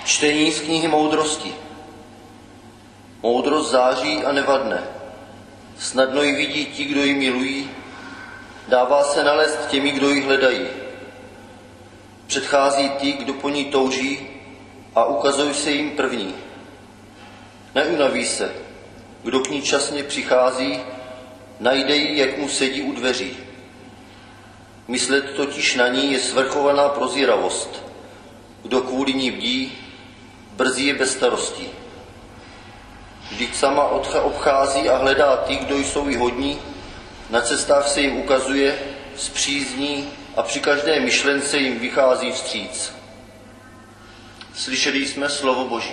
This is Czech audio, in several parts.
Čtení z knihy Moudrosti. Moudrost září a nevadne. Snadno ji vidí ti, kdo ji milují, dává se nalézt těmi, kdo ji hledají. Předchází ti, kdo po ní touží, a ukazují se jim první. Neunaví se, kdo k ní časně přichází, najde ji, jak mu sedí u dveří. Myslet totiž na ní je svrchovaná prozíravost. Kdo kvůli ní bdí, brzy je bez starostí. Vždyť sama obchází a hledá ty, kdo jsou jí hodní, na cestách se jim ukazuje, zpřízní a při každé myšlence jim vychází vstříc. Slyšeli jsme slovo Boží.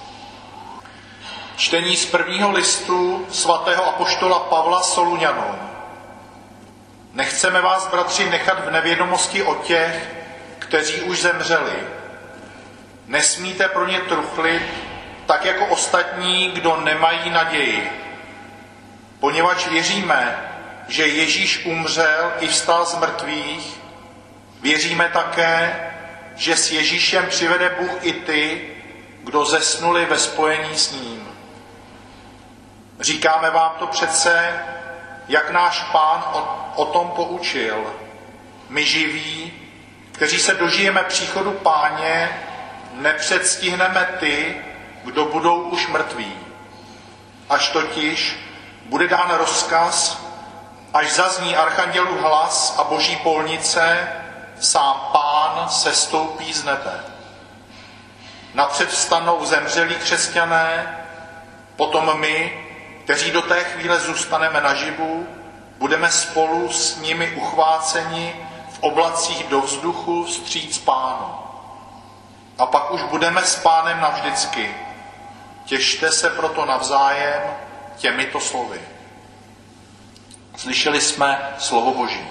Čtení z prvního listu svatého apoštola Pavla Soluňanům. Nechceme vás, bratři, nechat v nevědomosti o těch, kteří už zemřeli. Nesmíte pro ně truchlit, tak jako ostatní, kdo nemají naději. Poněvadž věříme, že Ježíš umřel i vstal z mrtvých, věříme také, že s Ježíšem přivede Bůh i ty, kdo zesnuli ve spojení s ním. Říkáme vám to přece, jak náš Pán o tom poučil. My živí, kteří se dožijeme příchodu Páně, nepředstihneme ty, kdo budou už mrtví. Až totiž bude dán rozkaz, až zazní archandělův hlas a boží polnice, sám Pán sestoupí z nebe. Napřed vstanou zemřelí křesťané, potom my, kteří do té chvíle zůstaneme naživu, budeme spolu s nimi uchváceni v oblacích do vzduchu vstříc Pánu. A pak už budeme s Pánem navždycky. Těšte se proto navzájem těmito slovy. Slyšeli jsme slovo Boží.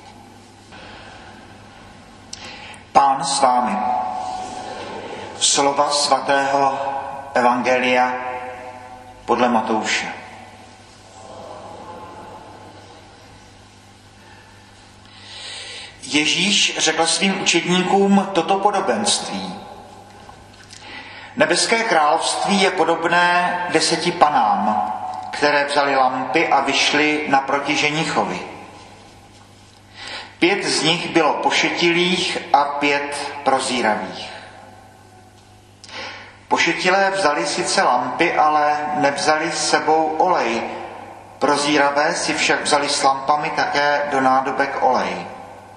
Pán s vámi. Slova svatého evangelia podle Matouše. Ježíš řekl svým učedníkům toto podobenství. Nebeské království je podobné 10 panám, které vzali lampy a vyšly naproti ženichovi. 5 z nich bylo pošetilých a 5 prozíravých. Pošetilé vzali sice lampy, ale nevzali s sebou olej. Prozíravé si však vzali s lampami také do nádobek olej.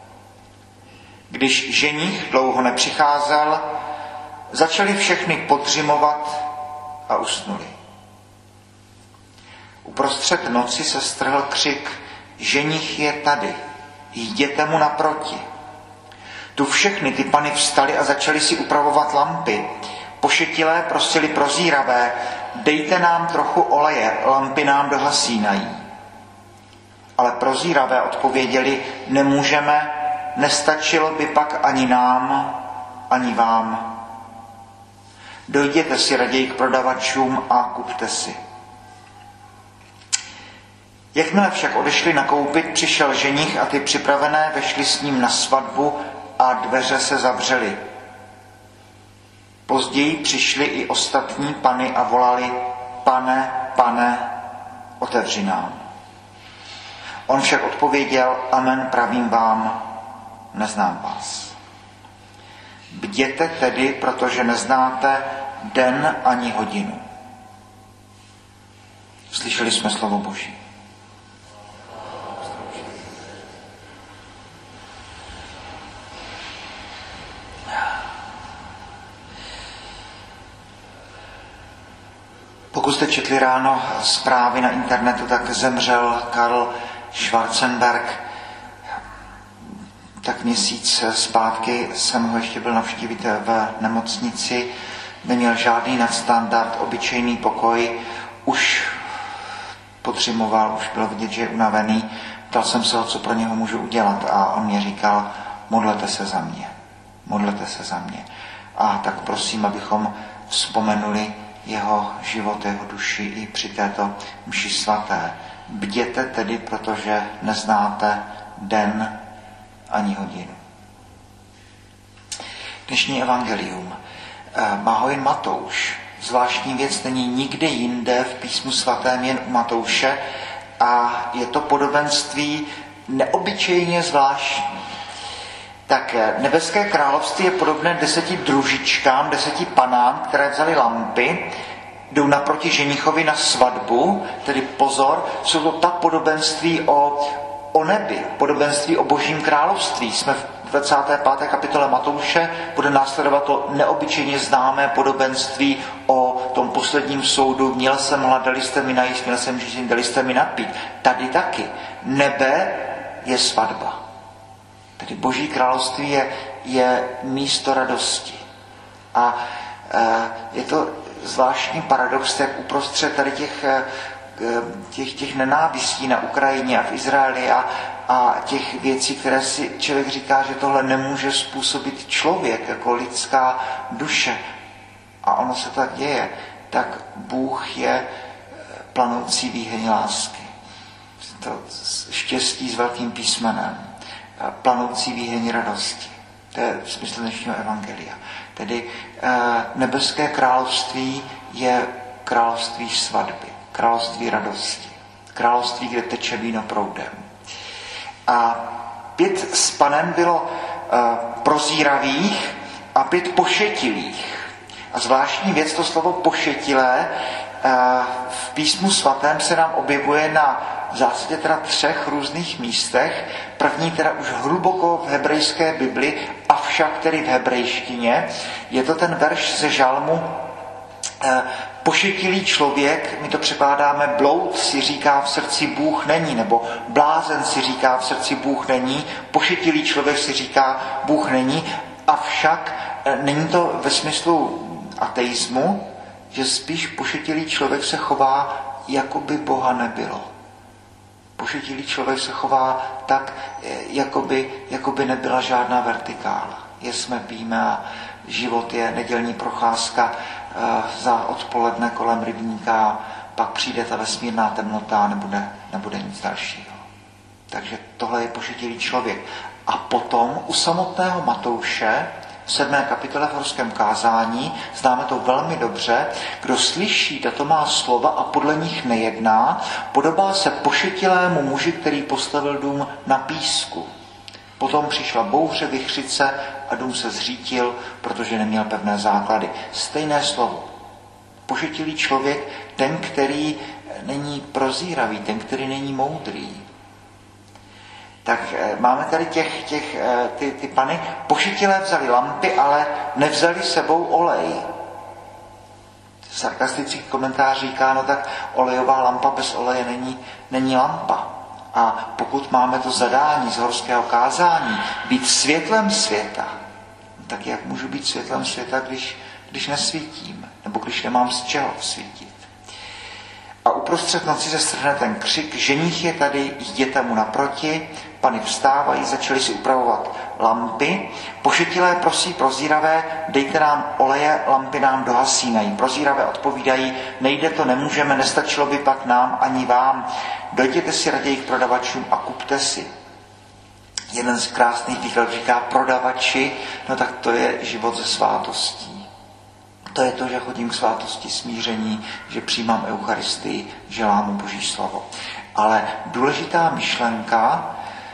Když ženich dlouho nepřicházel, začali všechny podřimovat a usnuli. Uprostřed noci se strhl křik: ženich je tady, jděte mu naproti. Tu všechny ty pany vstaly a začaly si upravovat lampy. Pošetilé prosili prozíravé: dejte nám trochu oleje, lampy nám dohasínají. Ale prozíravé odpověděli: nemůžeme, nestačilo by pak ani nám, ani vám. Dojděte si raději k prodavačům a kupte si. Jakmile však odešli nakoupit, přišel ženich a ty připravené vešly s ním na svatbu a dveře se zavřely. Později přišli i ostatní pany a volali: Pane, Pane, otevři nám. On však odpověděl: Amen, pravím vám, neznám vás. Bděte tedy, protože neznáte den ani hodinu. Slyšeli jsme slovo Boží. Pokud jste četli ráno zprávy na internetu, tak zemřel Karl Schwarzenberg. Tak měsíc zpátky jsem ho ještě byl navštívit v nemocnici. Neměl žádný nadstandard, obyčejný pokoj. Už podřimoval, už bylo vidět, že je unavený. Ptal jsem se ho, co pro něho můžu udělat, a on mě říkal: modlete se za mě. Modlete se za mě. A tak prosím, abychom vzpomenuli jeho život, jeho duši i při této mši svaté. Bděte tedy, protože neznáte den ani hodinu. Dnešní evangelium. Má ho jen Matouš. Zvláštní věc není nikde jinde v písmu svatém, jen u Matouše, a je to podobenství neobyčejně zvláštní. Tak nebeské království je podobné 10 družičkám, 10 panám, které vzali lampy, jdou naproti ženichovi na svatbu, tedy pozor, jsou to ta podobenství o nebi, podobenství o Božím království. Jsme v 25. kapitole Matouše, bude následovat to neobyčejně známé podobenství o tom posledním soudu. Měl jsem hlad, dali jste mi najíst, měl jsem žízeň, dali jste mi napít. Tady taky. Nebe je svatba. Tedy Boží království je místo radosti. A je to zvláštní paradox, jak uprostřed tady těch nenávistí na Ukrajině a v Izraeli a těch věcí, které si člověk říká, že tohle nemůže způsobit člověk jako lidská duše. A ono se tak děje. Tak Bůh je planoucí výheň lásky. To štěstí s velkým písmenem. Planoucí výheň radosti. To je smysl dnešního evangelia. Tedy nebeské království je království svatby, království radosti, království, kde teče víno proudem. A 5 s panem bylo prozíravých a 5 pošetilých. A zvláštní věc, to slovo pošetilé v písmu svatém se nám objevuje na v zásadě teda 3 různých místech. První teda už hluboko v hebrejské Bibli, avšak tedy v hebrejštině. Je to ten verš ze žalmu pošetilý člověk, my to překládáme bloud si říká v srdci Bůh není, nebo blázen si říká v srdci Bůh není, pošetilý člověk si říká Bůh není, avšak není to ve smyslu ateismu, že spíš pošetilý člověk se chová, jako by Boha nebylo. Pošetilý člověk se chová tak, jako by nebyla žádná vertikála. Jesme, píme a život je nedělní procházka za odpoledne kolem rybníka, pak přijde ta vesmírná temnota a nebude nic dalšího. Takže tohle je pošetilý člověk. A potom u samotného Matouše v 7. kapitole v horském kázání, známe to velmi dobře, kdo slyší tato má slova a podle nich nejedná, podobá se pošetilému muži, který postavil dům na písku. Potom přišla bouře, vichřice a dům se zřítil, protože neměl pevné základy. Stejné slovo. Pošetilý člověk, ten, který není prozíravý, ten, který není moudrý. Tak máme tady ty pany. Pošetilé vzali lampy, ale nevzali sebou olej. Sarkastický komentář říká, no tak olejová lampa bez oleje není lampa. A pokud máme to zadání z horského kázání být světlem světa, tak jak můžu být světlem světa, když nesvítím, nebo když nemám z čeho svítit. A uprostřed noci se strhne ten křik, ženich je tady, jděte mu naproti, pany vstávají, začali si upravovat lampy, pošetilé prosí prozíravé, dejte nám oleje, lampy nám dohasínají. Prozíravé odpovídají, nejde to, nemůžeme, nestačilo by pak nám ani vám, dojděte si raději k prodavačům a kupte si. Jeden z krásných výkladů říká, prodavači, no tak to je život ze svátostí. To je to, že chodím k svátosti smíření, že přijímám Eucharistii, že lámu Boží slovo. Ale důležitá myšlenka,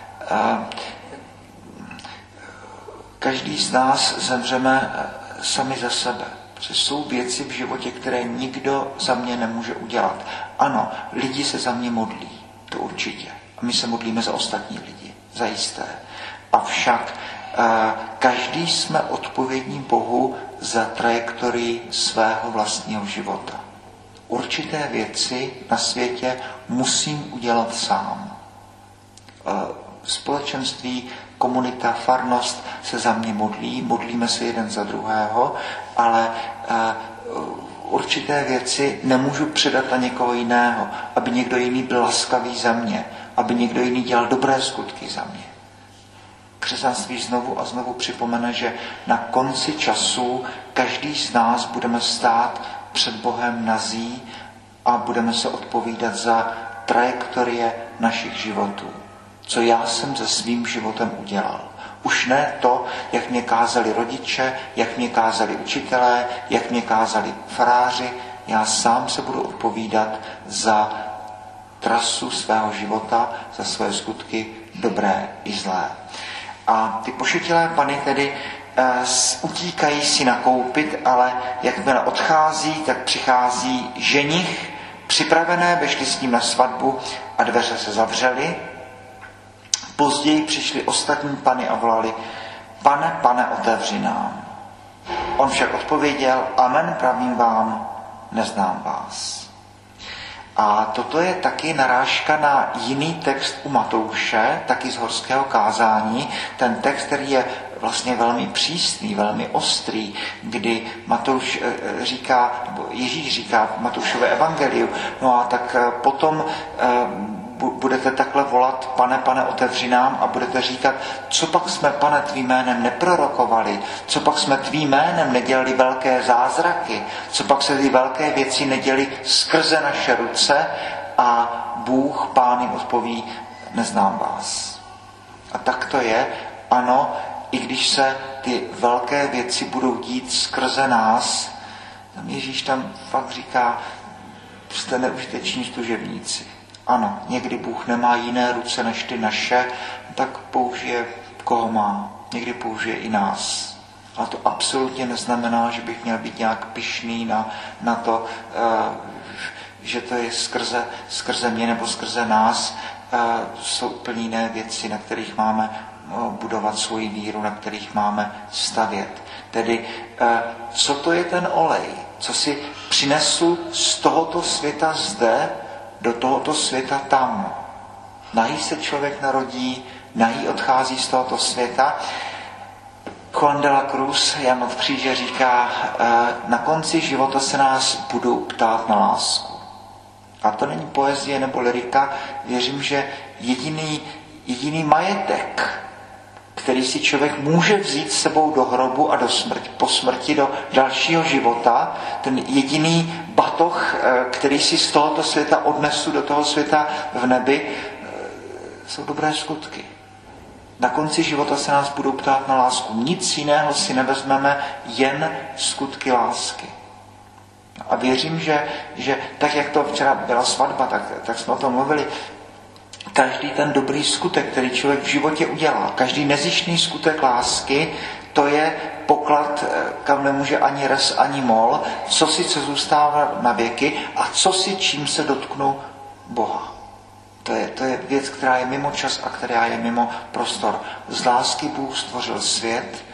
každý z nás zemřeme sami za sebe. Protože jsou věci v životě, které nikdo za mě nemůže udělat. Ano, lidi se za mě modlí, to určitě. A my se modlíme za ostatní lidi, zajisté. Avšak každý jsme odpovědní Bohu za trajektorii svého vlastního života. Určité věci na světě musím udělat sám. Společenství, komunita, farnost se za mě modlíme se jeden za druhého, ale určité věci nemůžu předat na někoho jiného, aby někdo jiný byl laskavý za mě, aby někdo jiný dělal dobré skutky za mě. Křesťanství znovu a znovu připomene, že na konci času každý z nás budeme stát před Bohem nazí a budeme se odpovídat za trajektorie našich životů. Co já jsem se svým životem udělal. Už ne to, jak mě kázali rodiče, jak mě kázali učitelé, jak mě kázali faráři. Já sám se budu odpovídat za trasu svého života, za své skutky dobré i zlé. A ty pošetilé pany tedy utíkají si nakoupit, ale jakmile odchází, tak přichází ženich, připravené, vešli s ním na svatbu a dveře se zavřely. Později přišli ostatní pany a volali: Pane, pane, otevři nám. On však odpověděl: Amen, pravím vám, neznám vás. A toto je taky narážka na jiný text u Matouše, taky z horského kázání. Ten text, který je vlastně velmi přísný, velmi ostrý, kdy Matouš říká, nebo Ježíš říká v Matoušově evangeliu: no a tak potom budete takhle volat: Pane, pane, otevři nám, a budete říkat: co pak jsme, Pane, tvým jménem neprorokovali, co pak jsme tvým jménem nedělali velké zázraky, co pak se ty velké věci neděly skrze naše ruce. A Bůh, Pán, jim odpoví: neznám vás. A tak to je, ano, i když se ty velké věci budou dít skrze nás, Ježíš tam fakt říká: jste neužiteční služebníci. Ano, někdy Bůh nemá jiné ruce než ty naše, tak použije, koho má. Někdy použije i nás. Ale to absolutně neznamená, že bych měl být nějak pyšný na to, že to je skrze mě nebo skrze nás. Jsou úplně jiné věci, na kterých máme budovat svoji víru, na kterých máme stavět. Tedy, co to je ten olej? Co si přinesu z tohoto světa zde do tohoto světa tam? Nahý se člověk narodí, nahý odchází z tohoto světa. Juan de la Cruz, Jan od kříže, říká: na konci života se nás budou ptát na lásku. A to není poezie nebo lyrika. Věřím, že jediný majetek, který si člověk může vzít s sebou do hrobu a po smrti do dalšího života, ten jediný batoh, který si z tohoto světa odnesu do toho světa v nebi, jsou dobré skutky. Na konci života se nás budou ptát na lásku. Nic jiného si nevezmeme, jen skutky lásky. A věřím, že tak, jak to včera byla svatba, tak jsme o tom mluvili, každý ten dobrý skutek, který člověk v životě udělá, každý nezištný skutek lásky, to je poklad, kam nemůže ani res, ani mol, co zůstává na věky a čím se dotknu Boha. To je věc, která je mimo čas a která je mimo prostor. Z lásky Bůh stvořil svět,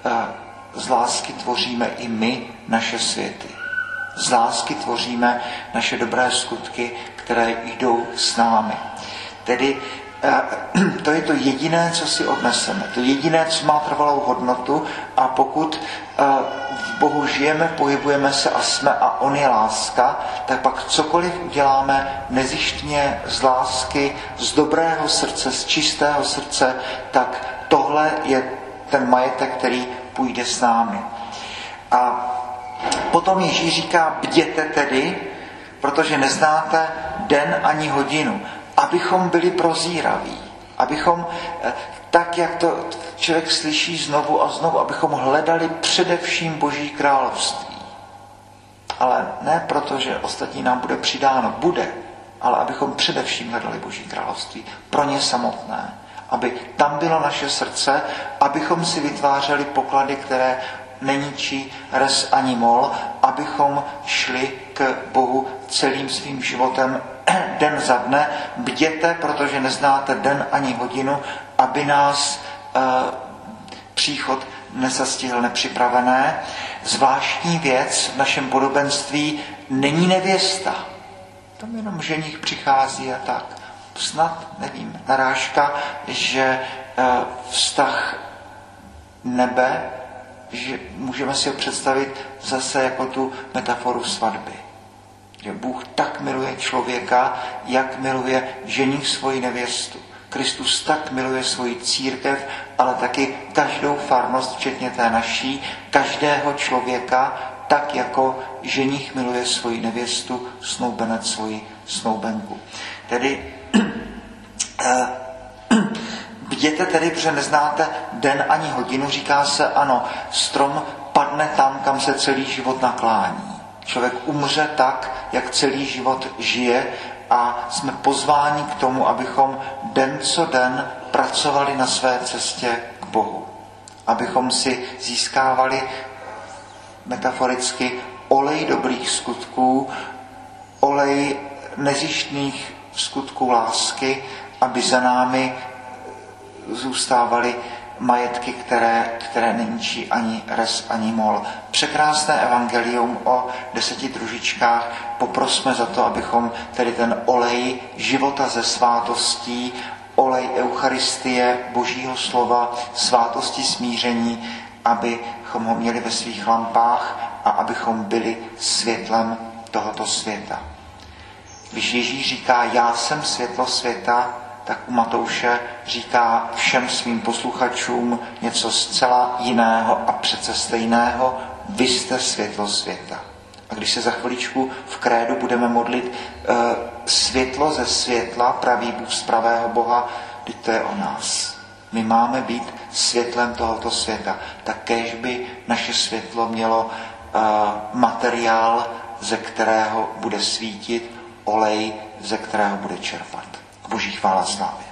z lásky tvoříme i my naše světy. Z lásky tvoříme naše dobré skutky, které jdou s námi. Tedy to je to jediné, co si odneseme. To jediné, co má trvalou hodnotu, a pokud v Bohu žijeme, pohybujeme se a jsme a on je láska, tak pak cokoliv uděláme nezištně, z lásky, z dobrého srdce, z čistého srdce, tak tohle je ten majetek, který půjde s námi. A potom Ježíš říká: bděte tedy, protože neznáte den ani hodinu, abychom byli prozíraví, abychom, tak jak to člověk slyší znovu a znovu, abychom hledali především Boží království. Ale ne proto, že ostatní nám bude přidáno, bude, ale abychom především hledali Boží království pro ně samotné, aby tam bylo naše srdce, abychom si vytvářeli poklady, které neničí res ani mol, abychom šli k Bohu celým svým životem den za dne. Bděte, protože neznáte den ani hodinu, aby nás příchod nezastihl nepřipravené. Zvláštní věc v našem podobenství není nevěsta. Tam jenom ženich přichází a tak. Snad, nevím, narážka, že vztah nebe, že můžeme si ho představit zase jako tu metaforu svatby. Že Bůh tak miluje člověka, jak miluje ženich svoji nevěstu. Kristus tak miluje svoji církev, ale taky každou farnost, včetně té naší, každého člověka, tak jako ženich miluje svoji nevěstu, snoubenec svoji snoubenku. Tedy Bděte tedy, protože neznáte den ani hodinu, říká se, ano, strom padne tam, kam se celý život naklání. Člověk umře tak, jak celý život žije a jsme pozváni k tomu, abychom den co den pracovali na své cestě k Bohu. Abychom si získávali metaforicky olej dobrých skutků, olej nezištných skutků lásky, aby za námi zůstávaly majetky, které neničí ani res, ani mol. Překrásné evangelium o 10 družičkách. Poprosme za to, abychom tedy ten olej života ze svátostí, olej Eucharistie, Božího slova, svátosti smíření, abychom ho měli ve svých lampách a abychom byli světlem tohoto světa. Když Ježíš říká, já jsem světlo světa, tak u Matouše říká všem svým posluchačům něco zcela jiného a přece stejného. Vy jste světlo světa. A když se za chviličku v krédu budeme modlit světlo ze světla, pravý Bůh z pravého Boha, teď to je o nás. My máme být světlem tohoto světa. Tak kéž by naše světlo mělo materiál, ze kterého bude svítit, olej, ze kterého bude čerpat. Boží chvála slávy.